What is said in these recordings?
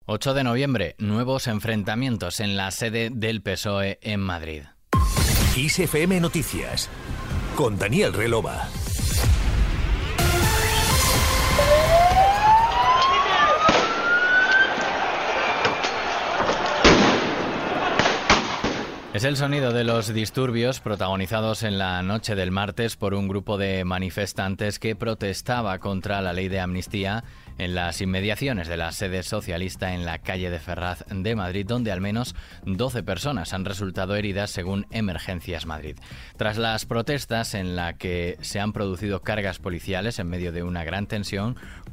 8 de noviembre, nuevos enfrentamientos en la sede del PSOE en Madrid. Kiss FM Noticias, con Daniel Relova. Es el sonido de los disturbios protagonizados en la noche del martes por un grupo de manifestantes que protestaba contra la ley de amnistía en las inmediaciones de la sede socialista en la calle de Ferraz de Madrid, donde al menos 12 personas han resultado heridas según Emergencias Madrid. Tras las protestas en las que se han producido cargas policiales en medio de una gran tensión,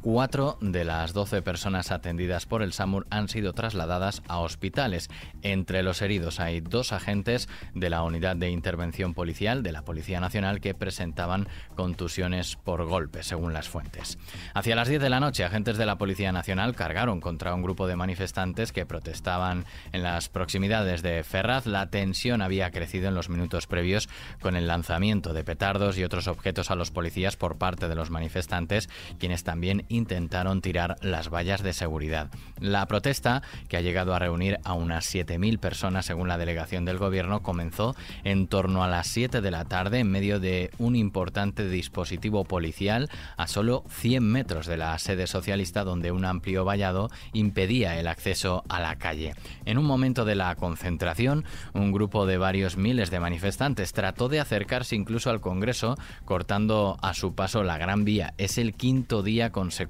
4 de las 12 personas atendidas por el SAMUR han sido trasladadas a hospitales. Entre los heridos hay 2 agentes de la Unidad de Intervención Policial de la Policía Nacional que presentaban contusiones por golpes, según las fuentes. Hacia las 10 de la noche, agentes de la Policía Nacional cargaron contra un grupo de manifestantes que protestaban en las proximidades de Ferraz. La tensión había crecido en los minutos previos con el lanzamiento de petardos y otros objetos a los policías por parte de los manifestantes, quienes también intentaron tirar las vallas de seguridad. La protesta, que ha llegado a reunir a unas 7.000 personas según la delegación del Gobierno, comenzó en torno a las 7 de la tarde en medio de un importante dispositivo policial a solo 100 metros de la sede socialista, donde un amplio vallado impedía el acceso a la calle. En un momento de la concentración, un grupo de varios miles de manifestantes trató de acercarse incluso al Congreso, cortando a su paso la Gran Vía. Es el 5º día consecutivo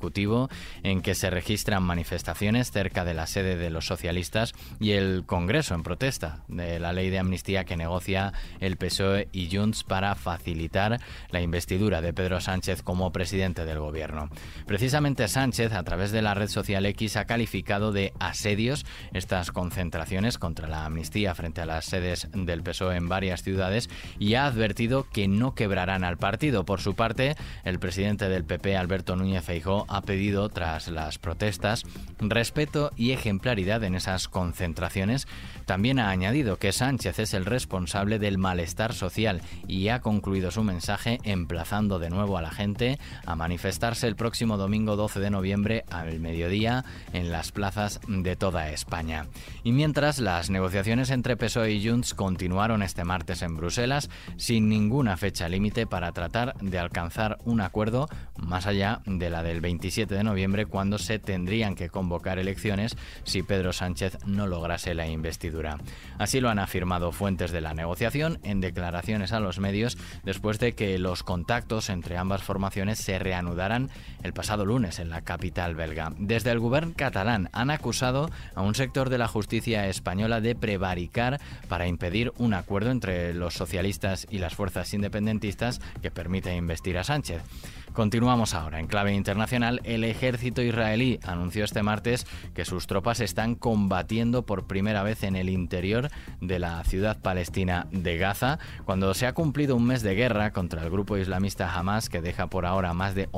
en que se registran manifestaciones cerca de la sede de los socialistas y el Congreso en protesta de la ley de amnistía que negocia el PSOE y Junts para facilitar la investidura de Pedro Sánchez como presidente del Gobierno. Precisamente Sánchez, a través de la red social X, ha calificado de asedios estas concentraciones contra la amnistía frente a las sedes del PSOE en varias ciudades y ha advertido que no quebrarán al partido. Por su parte, el presidente del PP, Alberto Núñez Feijóo, ha pedido, tras las protestas, respeto y ejemplaridad en esas concentraciones. También ha añadido que Sánchez es el responsable del malestar social y ha concluido su mensaje emplazando de nuevo a la gente a manifestarse el próximo domingo 12 de noviembre al mediodía en las plazas de toda España. Y mientras, las negociaciones entre PSOE y Junts continuaron este martes en Bruselas sin ninguna fecha límite para tratar de alcanzar un acuerdo más allá de la del 27 de noviembre, cuando se tendrían que convocar elecciones si Pedro Sánchez no lograse la investidura. Así lo han afirmado fuentes de la negociación en declaraciones a los medios después de que los contactos entre ambas formaciones se reanudaran el pasado lunes en la capital belga. Desde el gobierno catalán han acusado a un sector de la justicia española de prevaricar para impedir un acuerdo entre los socialistas y las fuerzas independentistas que permite investir a Sánchez. Continuamos ahora. En clave internacional, el ejército israelí anunció este martes que sus tropas están combatiendo por primera vez en el interior de la ciudad palestina de Gaza, cuando se ha cumplido un mes de guerra contra el grupo islamista Hamas, que deja por ahora más de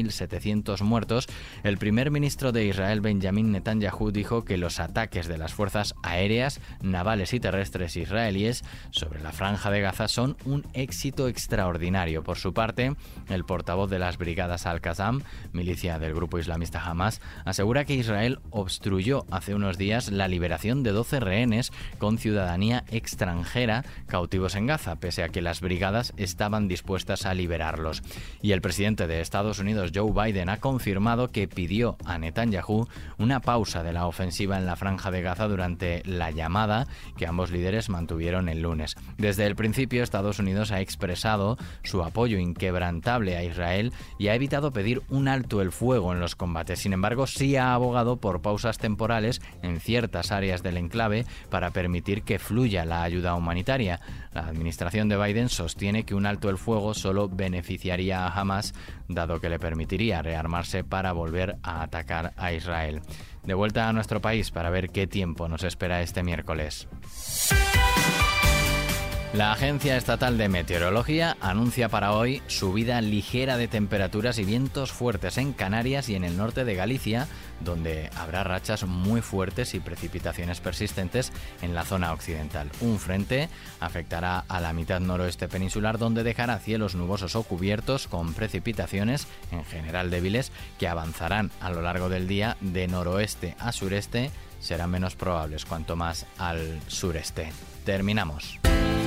11.700 muertos. El primer ministro de Israel, Benjamin Netanyahu, dijo que los ataques de las fuerzas aéreas, navales y terrestres israelíes sobre la franja de Gaza son un éxito extraordinario. Por su parte, el portavoz de las brigadas Al-Qassam, milicia del grupo islamista Hamas, asegura que Israel obstruyó hace unos días la liberación de 12 rehenes con ciudadanía extranjera cautivos en Gaza, pese a que las brigadas estaban dispuestas a liberarlos. Y el presidente de Estados Unidos, Joe Biden, ha confirmado que pidió a Netanyahu una pausa de la ofensiva en la franja de Gaza durante la llamada que ambos líderes mantuvieron el lunes. Desde el principio, Estados Unidos ha expresado su apoyo inquebrantable a Israel y ha evitado pedir un alto el fuego en los combates. Sin embargo, sí ha abogado por pausas temporales en ciertas áreas del enclave para permitir que fluya la ayuda humanitaria. La administración de Biden sostiene que un alto el fuego solo beneficiaría a Hamas, dado que le permitiría rearmarse para volver a atacar a Israel. De vuelta a nuestro país para ver qué tiempo nos espera este miércoles. La Agencia Estatal de Meteorología anuncia para hoy subida ligera de temperaturas y vientos fuertes en Canarias y en el norte de Galicia, donde habrá rachas muy fuertes y precipitaciones persistentes en la zona occidental. Un frente afectará a la mitad noroeste peninsular, donde dejará cielos nubosos o cubiertos con precipitaciones, en general débiles, que avanzarán a lo largo del día de noroeste a sureste. Serán menos probables cuanto más al sureste. Terminamos.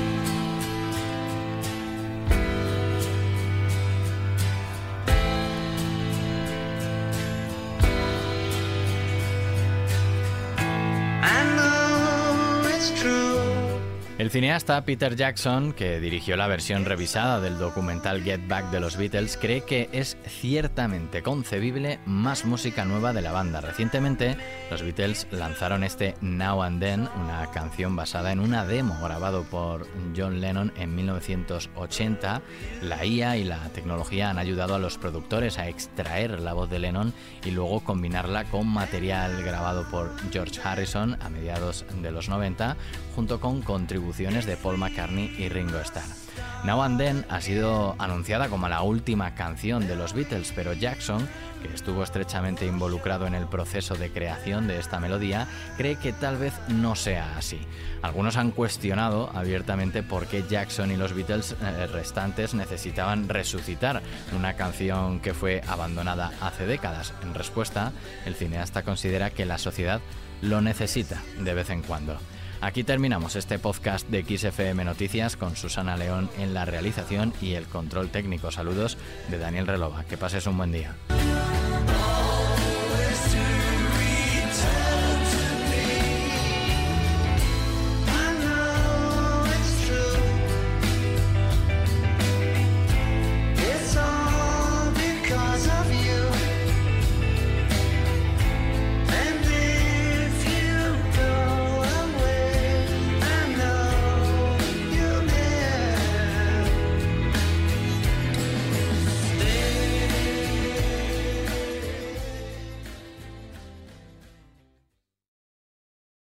El cineasta Peter Jackson, que dirigió la versión revisada del documental Get Back de los Beatles, cree que es ciertamente concebible más música nueva de la banda. Recientemente, los Beatles lanzaron este Now and Then, una canción basada en una demo grabado por John Lennon en 1980. La IA y la tecnología han ayudado a los productores a extraer la voz de Lennon y luego combinarla con material grabado por George Harrison a mediados de los 90, junto con contribuciones de Paul McCartney y Ringo Starr. Now and Then ha sido anunciada como la última canción de los Beatles, pero Jackson, que estuvo estrechamente involucrado en el proceso de creación de esta melodía, cree que tal vez no sea así. Algunos han cuestionado abiertamente por qué Jackson y los Beatles restantes necesitaban resucitar una canción que fue abandonada hace décadas. En respuesta, el cineasta considera que la sociedad lo necesita de vez en cuando. Aquí terminamos este podcast de XFM Noticias con Susana León en la realización y el control técnico. Saludos de Daniel Relova. Que pases un buen día.